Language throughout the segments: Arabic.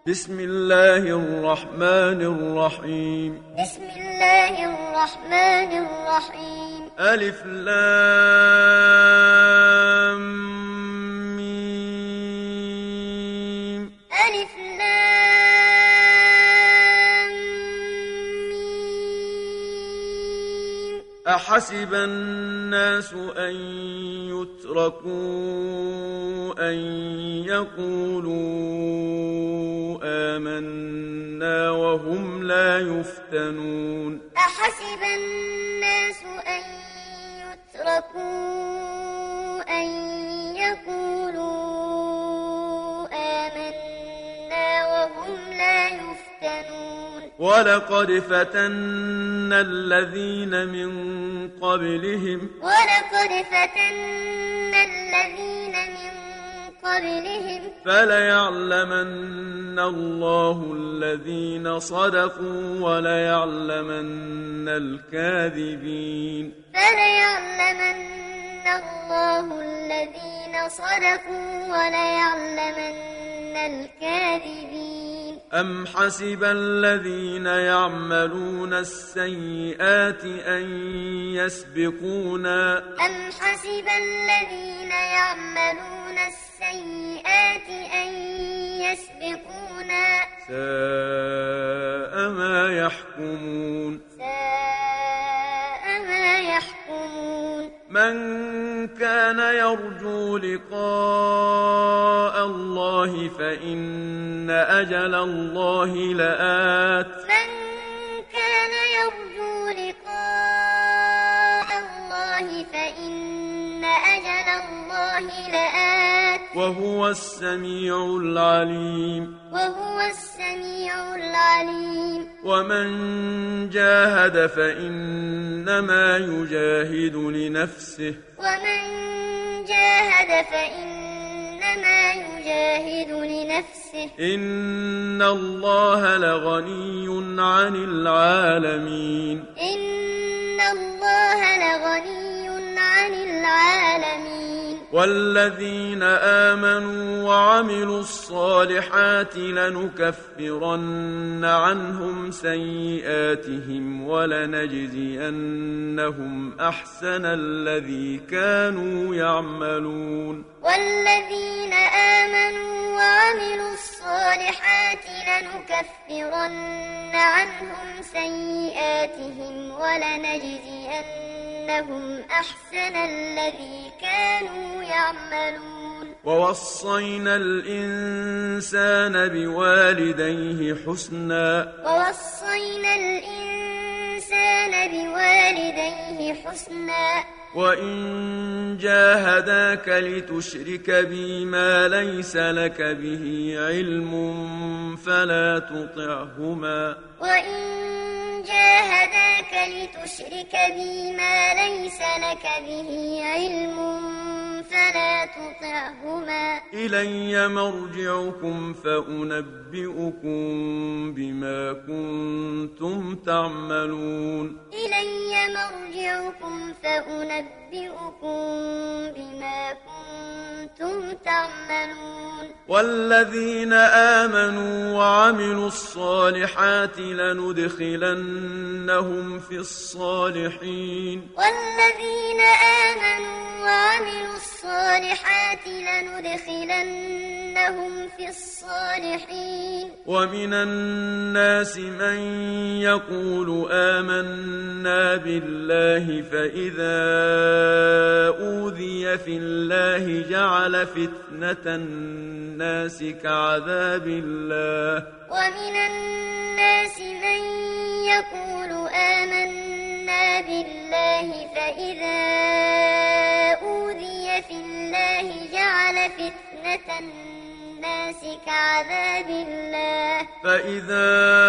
بسم الله الرحمن الرحيم. بسم الله الرحمن الرحيم. ألف لام ميم. ألف لام ميم. أحسب الناس أن يتركوا أن يقولوا آمنا وهم لا يفتنون. أحسب الناس أن يتركوا أن يقولوا آمنا وهم لا يفتنون. ولقد فتنا الذين من قبلهم. ولقد فتنا الذين من قبلهم. فليعلمن الله الذين صدقوا وليعلمن الكاذبين. فليعلمن الله الذين صدقوا وليعلمن الكاذبين. أم حسب الذين يعملون السيئات أن يسبقونا. أم حسب الذين يعملون السيئات أن يسبقونا. ساء ما يحكمون. ساء ما يحكمون. من كان يرجو لقاء الله فإن أجل الله لآت. من كان يرجو لقاء الله فإن أجل الله لآت. وهو السميع العليم. وهو السميع العليم. ومن جاهد فإنما يجاهد لنفسه. ومن جاهد فإنما يجاهد لنفسه. إن الله لغني عن العالمين. إن الله لغني عن العالمين. والذين آمنوا وعملوا الصالحات لنكفرن عنهم سيئاتهم ولنجزينهم أحسن الذي كانوا يعملون. والذين آمنوا وعملوا الصالحات لنكفرن عنهم سيئاتهم ولنجزينهم أحسن الذي كانوا يعملون. ووصينا الإنسان بوالديه حسنا. ووصينا الإنسان بوالديه حسنا. وإن جاهداك لتشرك بي ما ليس لك به علم فلا تطعهما. وإن جاهداك لتشرك بي ما ليس لك به علم فلا تطعهما. إلي مرجعكم فأنبئكم بما كنتم تعملون. إلي مرجعكم فأنبئكم بما كنتم تعملون. والذين آمنوا وعملوا الصالحات لندخلنهم في الصالحين. والذين آمنوا وعملوا الصالحات لندخلنهم في الصالحين. ومن الناس من يقول آمنا بالله فإذا أوذي في الله جعل فتنة الناس كعذاب الله. ومن الناس من يقول آمنا بالله فإذا أوذي في الله جعل فتنة الناس كعذاب الله. فإذا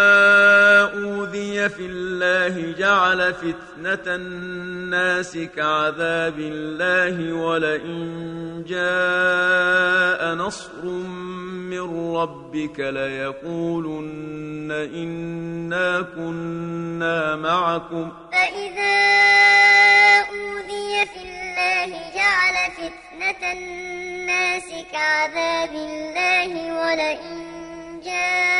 أوذي في الله جعل فتنة الناس كعذاب الله ولئن جاء نصر من ربك ليقولن إنا كنا معكم. فإذا أوذي في الله جعل فتنة الناس كعذاب الله ولئن جاء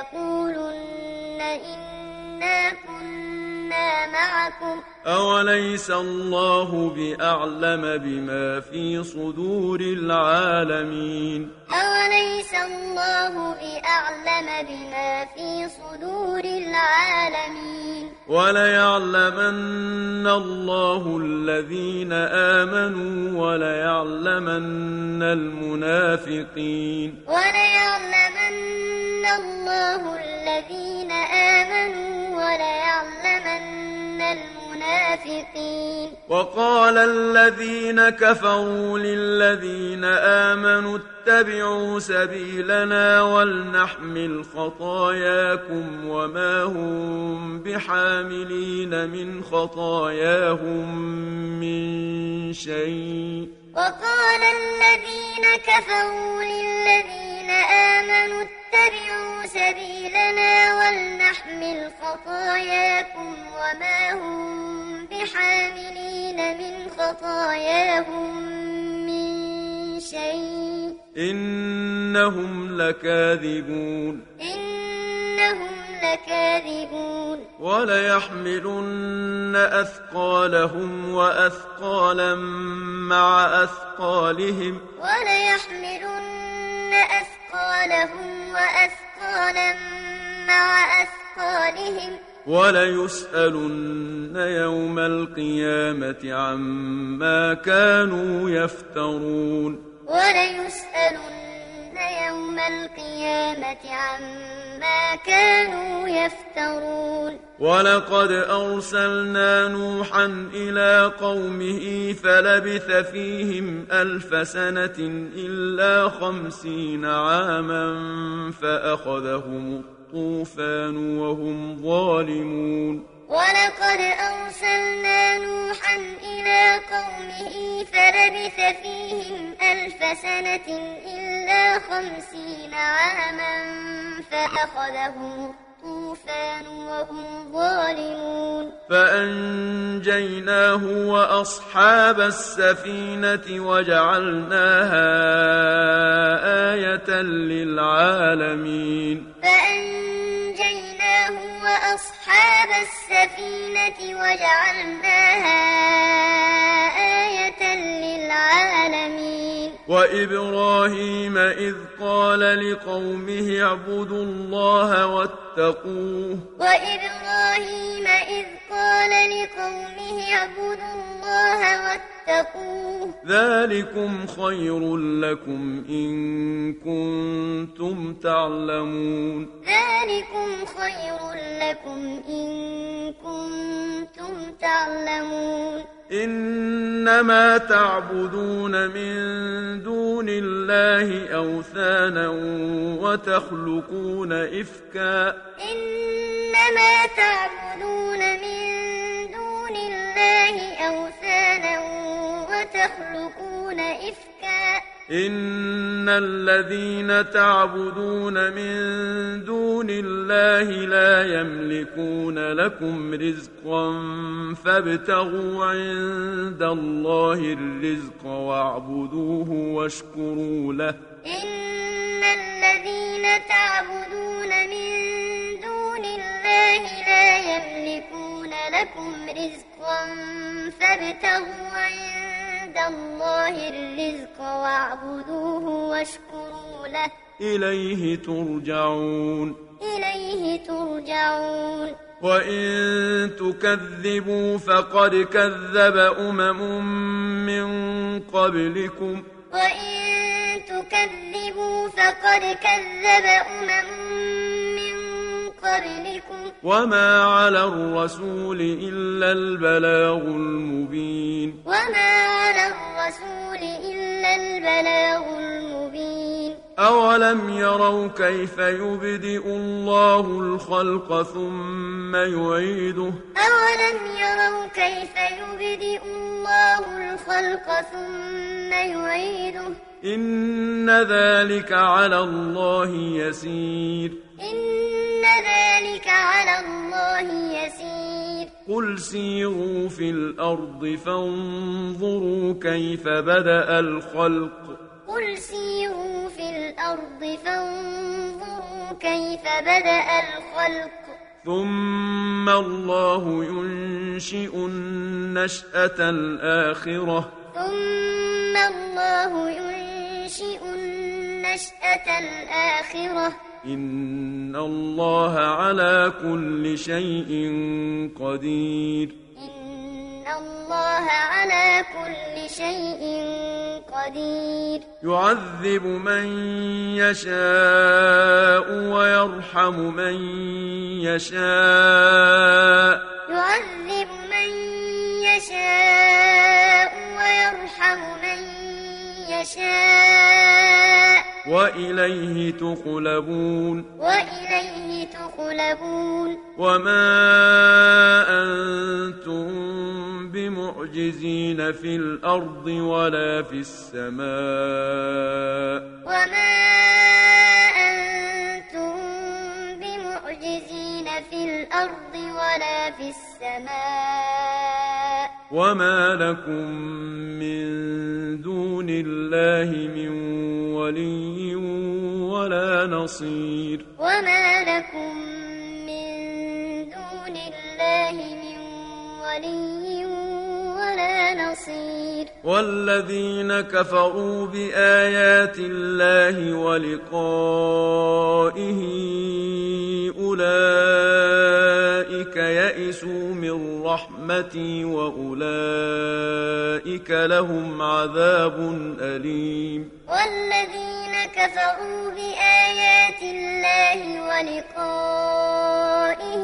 ليقولن إنا كنا معكم أوليس الله بأعلم بما في صدور العالمين أوليس الله بأعلم بما في صدور العالمين وليعلمن الله الذين آمنوا وليعلمن المنافقين وليعلمن الله الذين آمنوا وليعلمن المنافقين وقال الذين كفروا للذين آمنوا اتبعوا سبيلنا ولنحمل خطاياكم وما هم بحاملين من خطاياهم من شيء وقال الذين كفروا للذين آمنوا اتبعوا سبيلنا ولنحمل خطاياكم وما هم بحاملين من خطاياهم من شيء إنهم لكاذبون وليحملن أثقالهم وأثقالا مع أثقالهم وليسألن يوم القيامة عما كانوا يفترون ولقد أرسلنا نوحا إلى قومه فلبث فيهم 1000 سنة إلا 50 عاما فأخذهم الطوفان وهم ظالمون ولقد أرسلنا نوحا إلى قومه فلبث فيهم 1000 سنة إلا 50 عاما فأخذهم الطوفان وهم ظالمون فأنجيناه وأصحاب السفينة وجعلناها آية للعالمين وأصحاب السفينة وجعلناها آية للعالمين وإبراهيم إذ قال لقومه اعبدوا الله واتقوه ذلكم خير لكم إن كنتم تعلمون إنما تعبدون من دون الله أوثانا وتخلقون إفكا إن الذين تعبدون من دون الله لا يملكون لكم رزقا فابتغوا عند الله الرزق واعبدوه واشكروا له إن الذين تعبدون من دون الله لا يملكون لكم رزقا فابتغوا عند الله الرزق واعبدوه واشكروا له إليه ترجعون وإن تكذبوا فقد كذب أمم من قبلكم وما على الرسول إلا البلاغ المبين أولم يروا كيف يبدئ الله الخلق ثم يعيده إن ذلك على الله يسير قل سيروا في الأرض فانظروا كيف بدأ الخلق كيف بدأ الخلق ثم الله ينشئ النشأة الآخرة ثم الله ينشئ النشأة الآخرة إن الله على كل شيء قدير إن الله على كل شيء قدير يعذب من يشاء ويرحم من يشاء يعذب من يشاء ويرحم من يشاء وإليه تقلبون وإليه تقلبون وما أنتم بمعجزين في الأرض ولا في السماء وما أنتم بمعجزين في الأرض ولا في السماء وما لكم من دون الله من ولي ولا نصير وما لكم من دون الله من ولي ولا نصير والذين كفروا بآيات الله ولقائه أولئك يئسوا من رحمتي وأولئك لهم عذاب أليم والذين كفروا بآيات الله ولقائه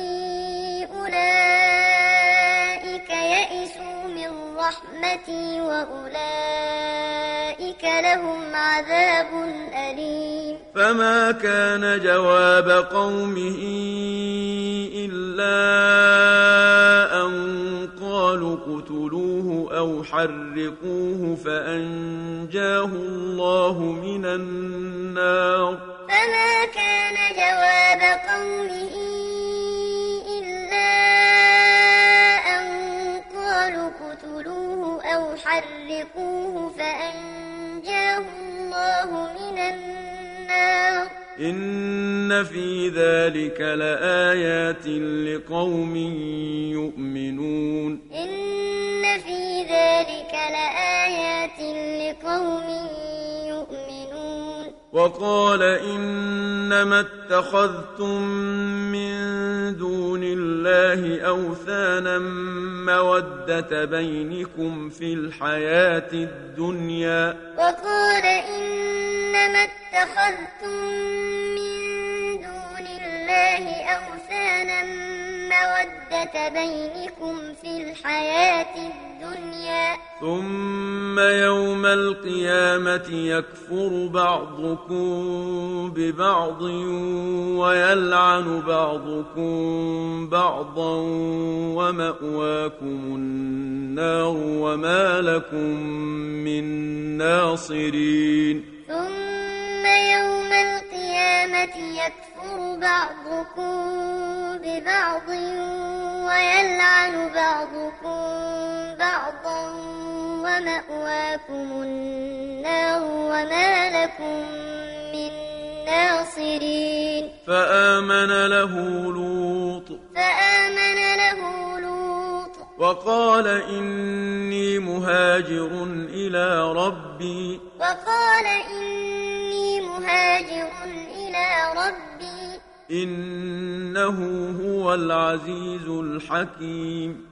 أولئك يئسوا من رحمتي وأولئك لهم عذاب أليم فما كان جواب قومه إلا أن قالوا اقتلوه أو حرقوه فأنجاه الله من النار فما كان جواب قومه إلا أن قالوا اقتلوه أو حرقوه فأنجاه الله من النار إن في ذلك لآيات لقوم يؤمنون إن في ذلك لآيات لقوم يؤمنون وقال إنما اتخذتم من دون الله أوثانا مودة بينكم في الحياة الدنيا وقال إنما اتخذتم من دون الله أوثانا مودة بينكم في الحياة الدنيا ثم يوم القيامة يكفر بعضكم ببعض ويلعن بعضكم بعضا ومأواكم النار وما لكم من ناصرين ثم يوم القيامة يكفر بعضكم ببعض ويلعن بعضكم بعضا ومأواكم النار وما لكم من ناصرين فآمن له لوط وقال إني مهاجر إلى ربي إنه هو العزيز الحكيم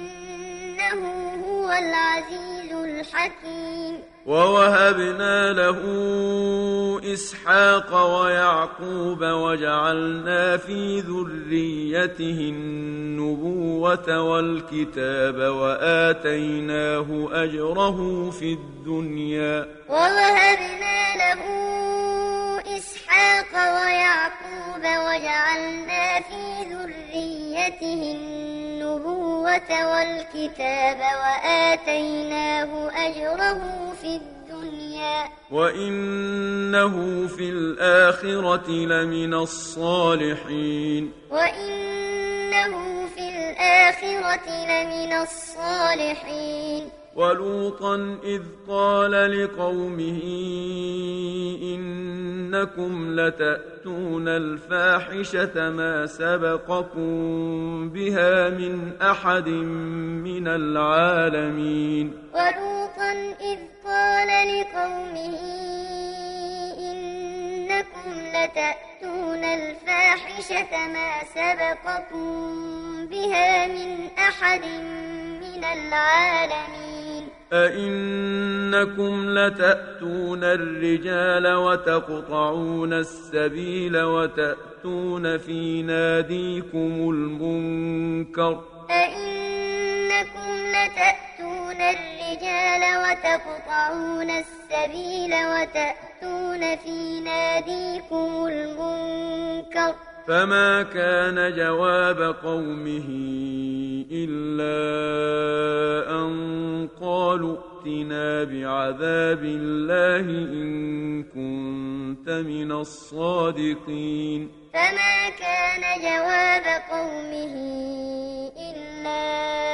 ووهبنا له إسحاق ويعقوب وجعلنا في ذريته النبوة والكتاب وآتيناه أجره في الدنيا ووهبنا له إسحاق ويعقوب وجعلنا في ذريته النبوة والكتاب وآتيناه أجره في الدنيا وإنه في الآخرة لمن الصالحين ولوطا إذ قال لقومه إن أئنكم لتأتون الفاحشة ما سبقكم بها من أحد من العالمين ولوطا إذ قال لقومه إنكم لتأتون الفاحشة ما سبقكم بها من أحد من العالمين أئنكم لتأتون الرجال وتقطعون السبيل وتأتون في ناديكم المنكر أئنكم لتأتون الرجال وتقطعون السبيل وتأتون في ناديكم المنكر فما كان جواب قومه إلا أن قالوا ائتنا بعذاب الله إن كنت من الصادقين فما كان جواب قومه إلا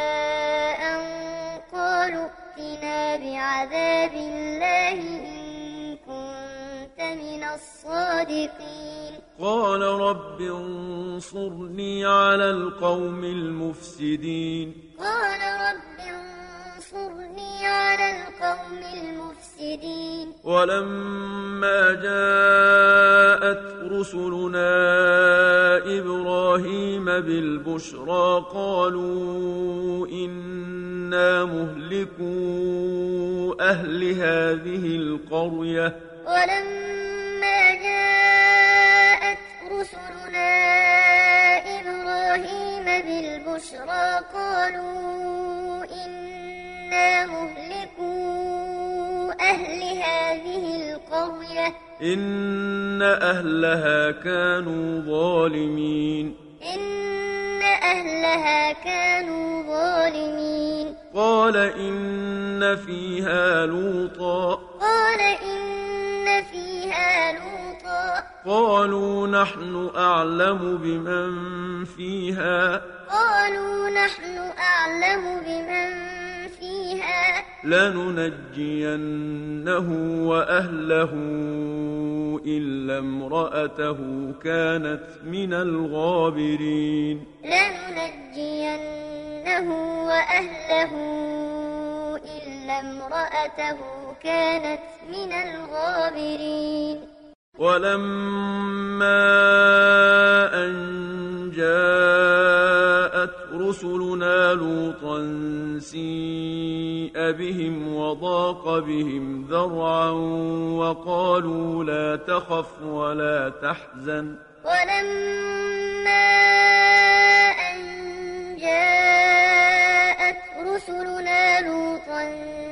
أن قالوا ائتنا بعذاب الله إن كنت من الصادقين قال رب انصرني على القوم المفسدين قال رب انصرني على القوم المفسدين ولما جاءت رسلنا إبراهيم بالبشرى قالوا إنا مهلكو أهل هذه القرية ولما جاءت رسلنا إبراهيم بالبشرى قالوا إنا مهلكو أهل هذه القرية إن أهلها كانوا ظالمين إن أهلها كانوا ظالمين قال إن فيها لوطا قال إن فيها لوطا قالوا نحن أعلم بمن فيها قالوا نحن أعلم بمن فيها لننجينه وأهله إلا امرأته كانت من الغابرين لننجينه وأهله إلا امرأته كانت من الغابرين ولما أن جاءت رسلنا لوطا سيء بهم وضاق بهم ذرعا وقالوا لا تخف ولا تحزن ولما أن جاءت رسلنا لوطا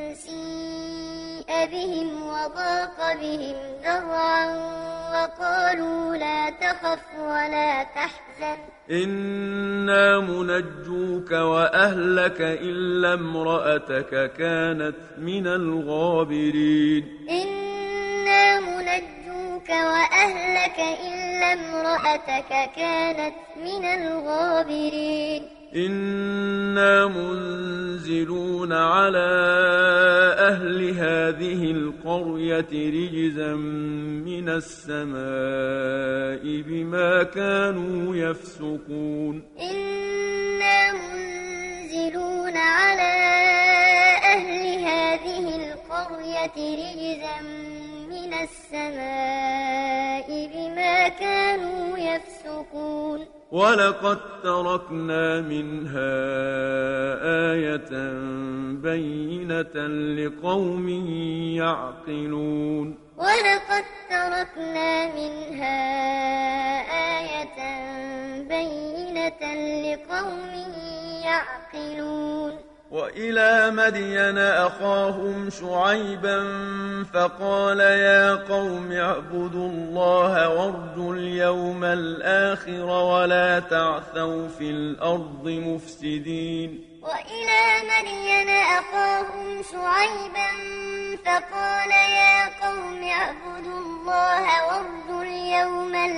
سيء بهم وضاق بهم ذرعا وقالوا لا تخف ولا تحزن إنا منجوك وأهلك إلا امرأتك كانت من الغابرين إنا منجوك وأهلك إلا امرأتك كانت من الغابرين إنا منزلون على أهل هذه القرية رجزا من السماء بما كانوا يفسقون إنا منزلون على أهل هذه القرية رجزا من السماء بما كانوا يفسقون ولقد تركنا منها آية بينة لقوم يعقلون ولقد تركنا منها آية بينة لقوم يعقلون وإلى مدين أخاهم شعيبا فقال يا قوم اعبدوا الله وارجوا اليوم الآخر ولا تعثوا في الأرض مفسدين وإلى مدين أخاهم شعيبا فقال يا قوم اعبدوا الله وارجوا اليوم الآخر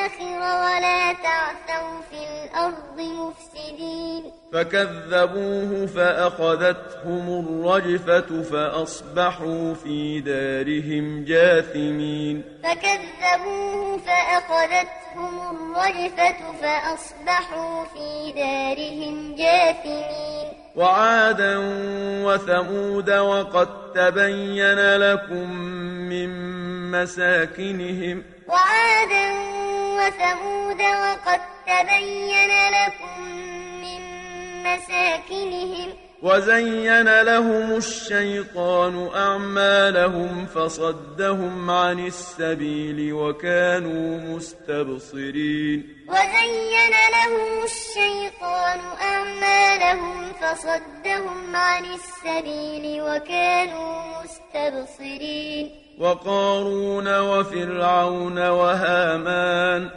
الآخر ولا تعثوا في الأرض مفسدين فكذبوه فأخذتهم الرجفة فأصبحوا في دارهم جاثمين فكذبوه فأخذتهم الرجفة فأصبحوا في دارهم جاثمين وعادا وثمود وقد تبين لكم من مساكنهم وعادا وثمود وقد تبين لكم من مساكنهم وزين لهم الشيطان أعمالهم فصدهم عن السبيل وكانوا مستبصرين وزين لهم الشيطان أعمالهم فصدهم عن السبيل وكانوا مستبصرين وقارون وفرعون وهامان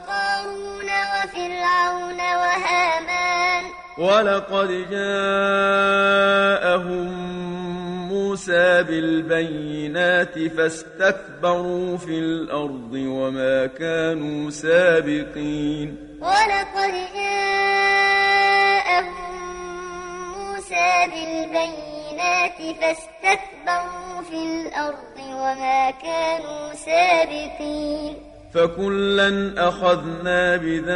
ولقد جاءهم موسى بالبينات فاستكبروا في الأرض وما كانوا سابقين ولقد جاءهم موسى بالبينات فاستكبروا في الأرض وما كانوا سابقين فكلا أخذنا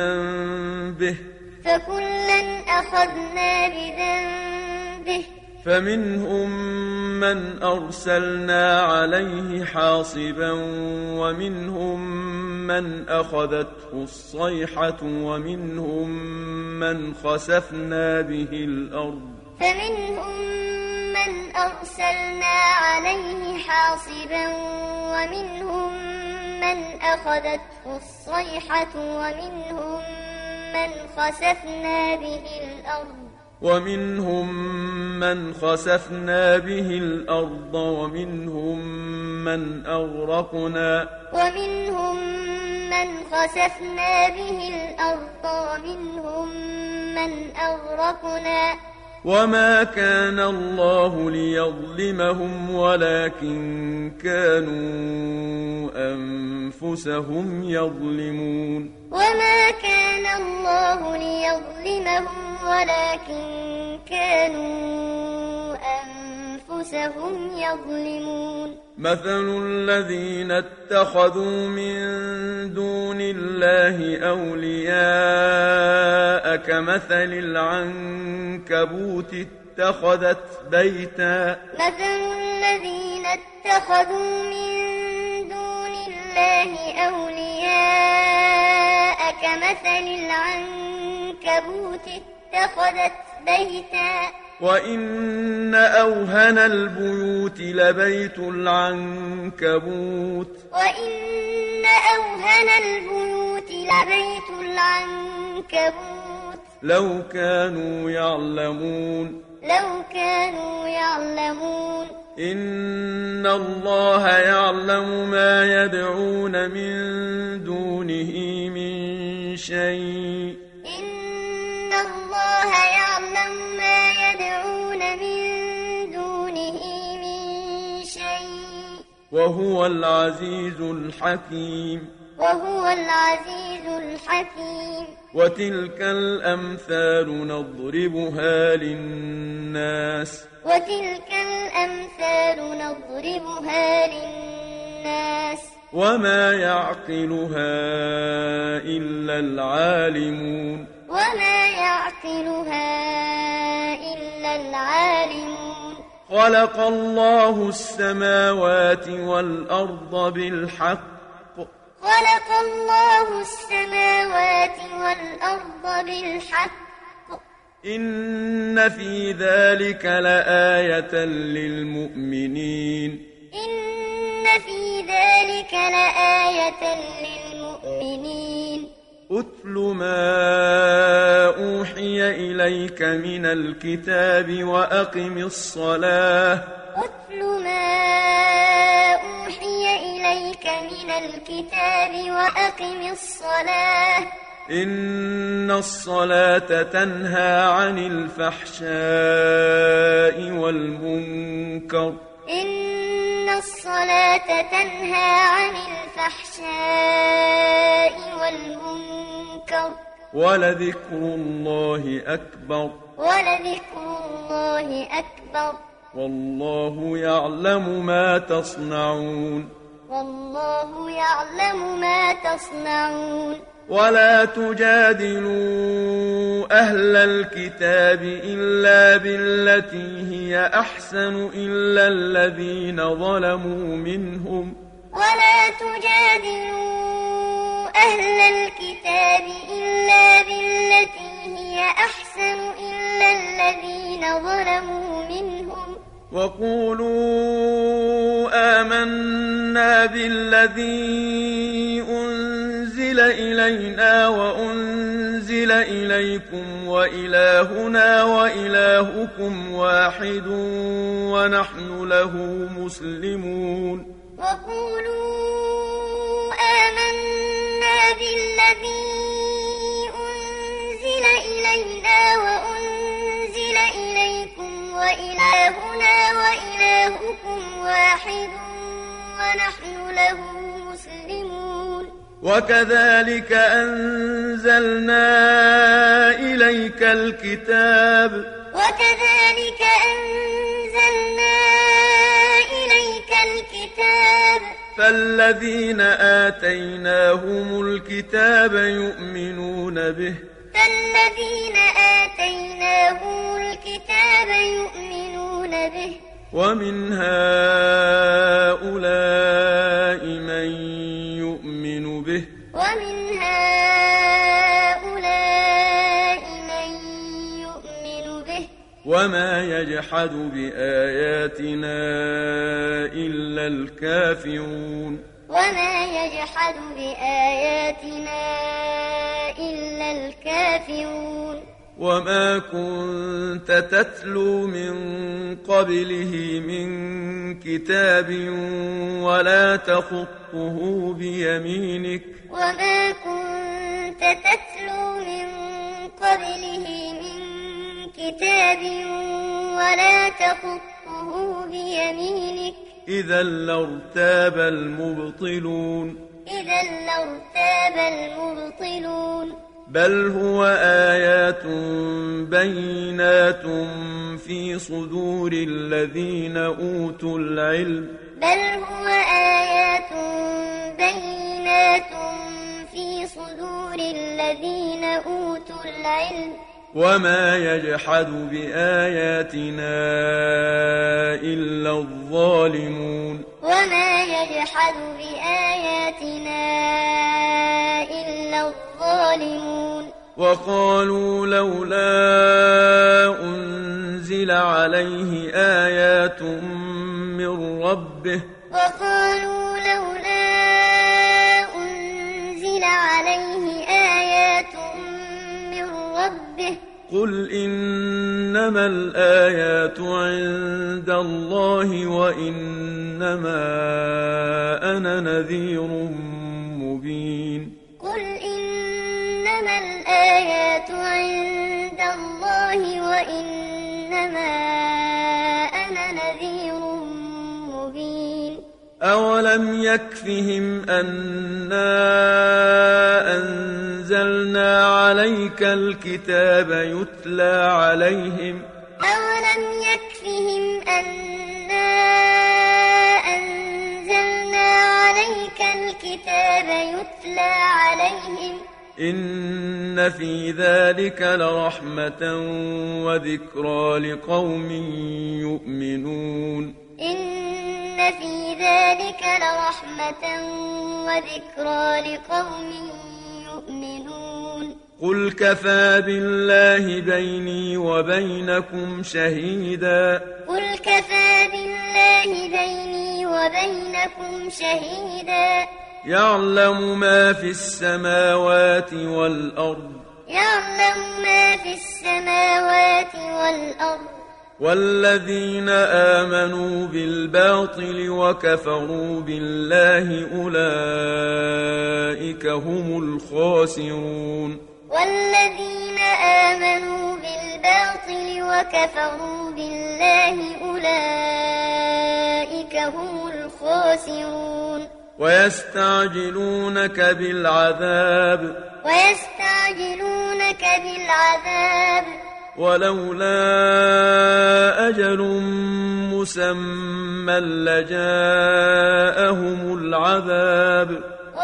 بذنبه فمنهم من أرسلنا عليه حاصبا ومنهم من أخذته الصيحة ومنهم من خسفنا به الأرض فمنهم من أرسلنا عليه حاصبا ومنهم من أخذته الصيحة ومنهم من خسفنا به الأرض ومنهم من خسفنا به الأرض ومنهم من أغرقنا وما كان الله ليظلمهم ولكن كانوا أنفسهم يظلمون وما كان الله ليظلمهم ولكن كانوا أنفسهم يظلمون مثل الذين اتخذوا من دون الله أولياء كمثل العنكبوت اتخذت بيتا وإن أوهن البيوت لبيت العنكبوت لو كانوا يعلمون إن الله يعلم ما يدعون من دونه من شيء وهو العزيز الحكيم وتلك الأمثال نضربها للناس وما يعقلها إلا العالمون خلق الله السماوات والأرض بالحق إن في ذلك لآية للمؤمنين أتل ما أوحي إليك من الكتاب وأقم الصلاة إن الصلاة تنهى عن الفحشاء والمنكر الصلاة تنهى عن الفحشاء والمنكر ولذكر الله أكبر والله يعلم ما تصنعون ولا تجادلوا أهل الكتاب إلا بالتي هي أحسن إلا الذين ظلموا منهم وقولوا آمنا بالذي أنزل إلينا وأنزل إليكم وإلهنا وإلهكم واحد ونحن له مسلمون وكذلك أنزلنا إليك الكتاب فالذين آتيناهم الكتاب يؤمنون به ومن هؤلاء من يؤمن به وما يجحد بآياتنا إلا الكافرون وما كنت تتلو من قبله من كتاب ولا تخطه بيمينك إذا لارتاب المبطلون بل هو آيات بينات في صدور الذين أوتوا العلم وما يجحد بآياتنا إلا الظالمون وقالوا لولا أنزل عليه آيات من ربه قل إنما الآيات عند الله وإنما أنا نذير مبين أولم يكفهم أنا أنزلنا عليك الكتاب يتلى عليهم إن في ذلك لرحمة وذكرى لقوم يؤمنون قل كفى بالله بيني وبينكم شهيدا يعلم ما في السماوات والأرض والذين آمنوا بالباطل وكفروا بالله أولئك هم الخاسرون خاسرون ويستعجلونك بالعذاب ولولا أجل مسمى لجاءهم العذاب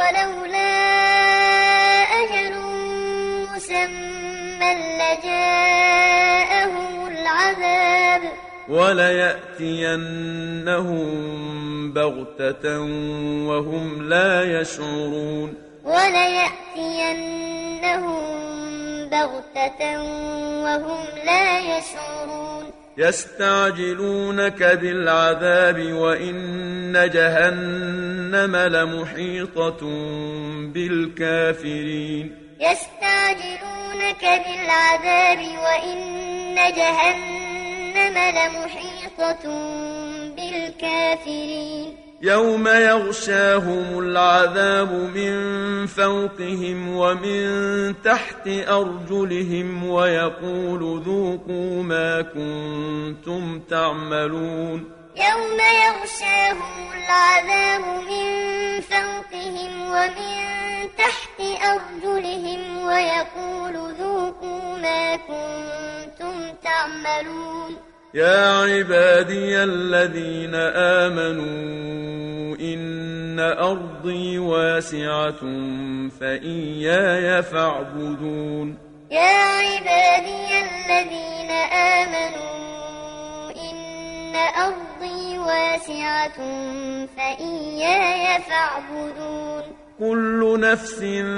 وليأتينهم بغتة وهم لا يشعرون يستعجلونك بالعذاب وإن جهنم لمحيطة بالكافرين يوم يغشاهم العذاب من فوقهم ومن تحت أرجلهم ويقول ذوقوا ما كنتم تعملون يوم يغشاهم العذاب من فوقهم ومن تحت أرجلهم ويقول ذوقوا ما كنتم تعملون يا عبادي الذين آمنوا إن أرضي واسعة فإياي فاعبدون يا عبادي الذين آمنوا إن أرضي واسعة فإياي فاعبدون كل نفس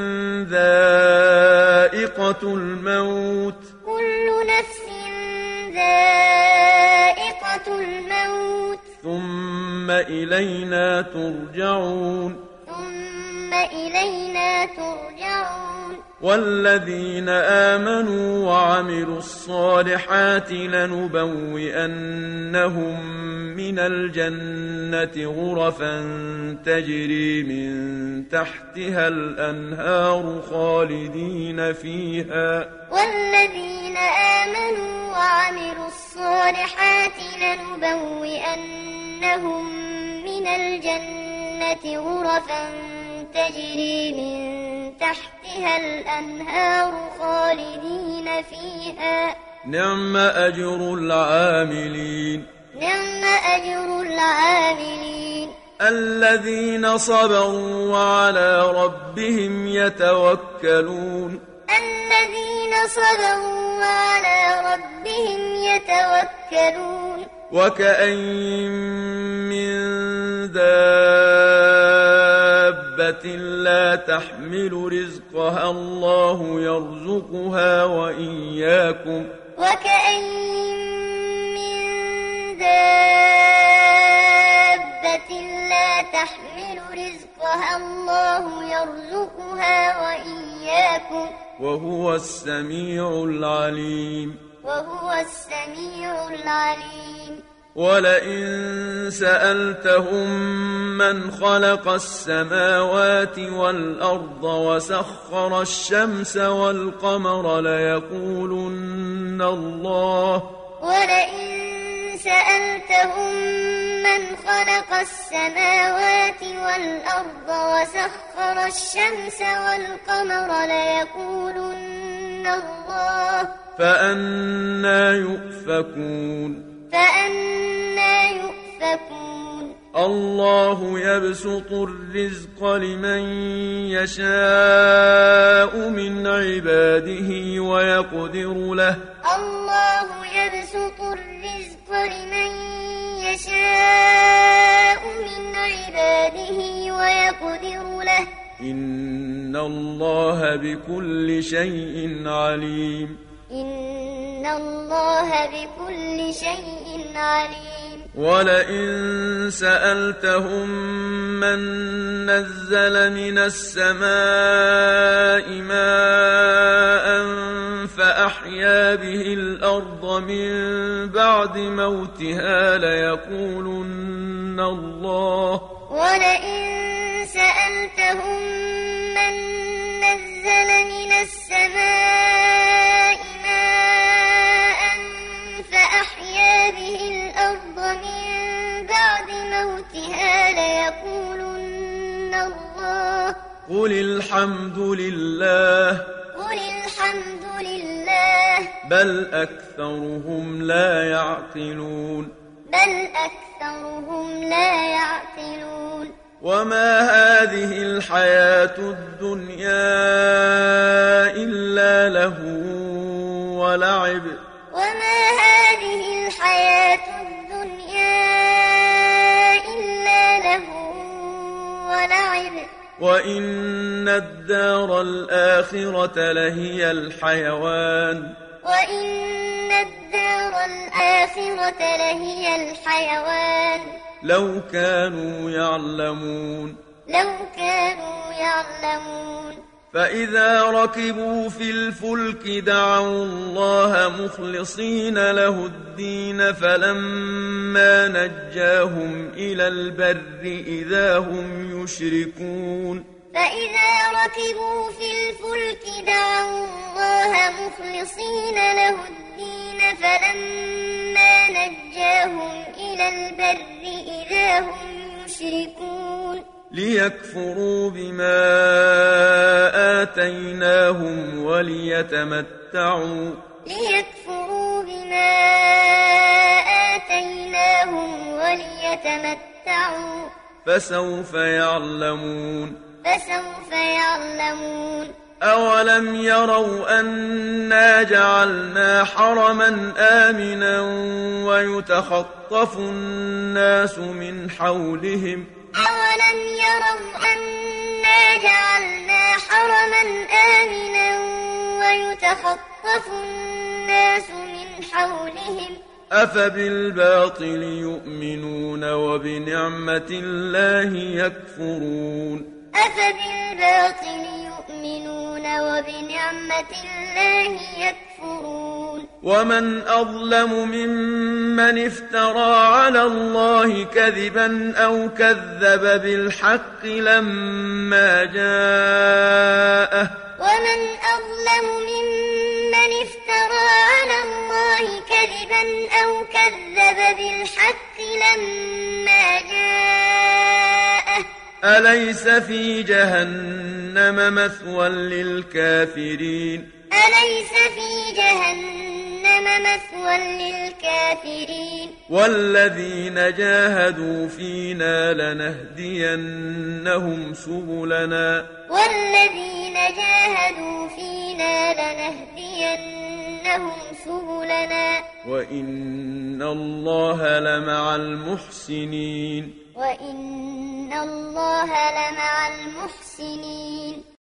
ذائقة الموت ثم إلينا ترجعون والذين آمنوا وعملوا الصالحات لنبوئنهم من الجنة غرفا تجري من تحتها الأنهار خالدين فيها والذين آمنوا وعملوا الصالحات لنبوئنهم من الجنة غرفا تجري من تحتها الأنهار خالدين فيها نعم أجر العاملين الذين صبروا وعلى ربهم يتوكلون وكأين من دابة لا تحمل رزقها الله يرزقها وإياكم وكأين من دابة لا تحمل رزقها الله يرزقها وإياكم وهو السميع العليم ولئن سألتهم من خلق السماوات والأرض وسخر الشمس والقمر ليقولن الله ولئن سألتهم من خلق السماوات والأرض وسخر الشمس والقمر ليقولن الله فأنى يؤفكون الله يبسط الرزق لمن يشاء من عباده ويقدر له إن الله بكل شيء عليم ولئن سألتهم من نزل من السماء ماء فأحيا به الأرض من بعد موتها ليقولن الله ولئن سألتهم من نزل من السماء ماء فأحيا به الأرض من بعد موتها ليقولن قل الحمد لله قل الحمد لله بل أكثرهم لا يعقلون بل أكثرهم لا يعقلون وما هذه الحياة الدنيا إلا لهو ولعب وما هذه الحياة الدنيا إلا لهو ولعب وإن الدار الآخرة لهي الحيوان وإن الدار الآخرة لهي الحيوان لو كانوا يعلمون لو كانوا يعلمون فإذا ركبوا في الفلك دعوا الله مخلصين له الدين فلما نجاهم إلى البر إذا هم يشركون فإذا ركبوا في الفلك دعوا الله مخلصين له الدين فلما نجاهم إلى البر إذا هم يشركون ليكفروا بما آتيناهم وليتمتعوا فسوف يعلمون أولم يروا أنا جعلنا حرما آمنا ويتخطف الناس من حولهم أولم يروا أنا جعلنا حرما آمنا ويتخطف الناس من حولهم أفبالباطل يؤمنون وبنعمة الله يكفرون ومن أظلم ممن افترى على الله كذبا أو كذب بالحق لما جاءه ومن أظلم ممن افترى على الله كذبا أو كذب بالحق لما جاءه أليس في جهنم مثوى للكافرين والذين جاهدوا فينا لنهدينهم سبلنا وإن الله لمع المحسنين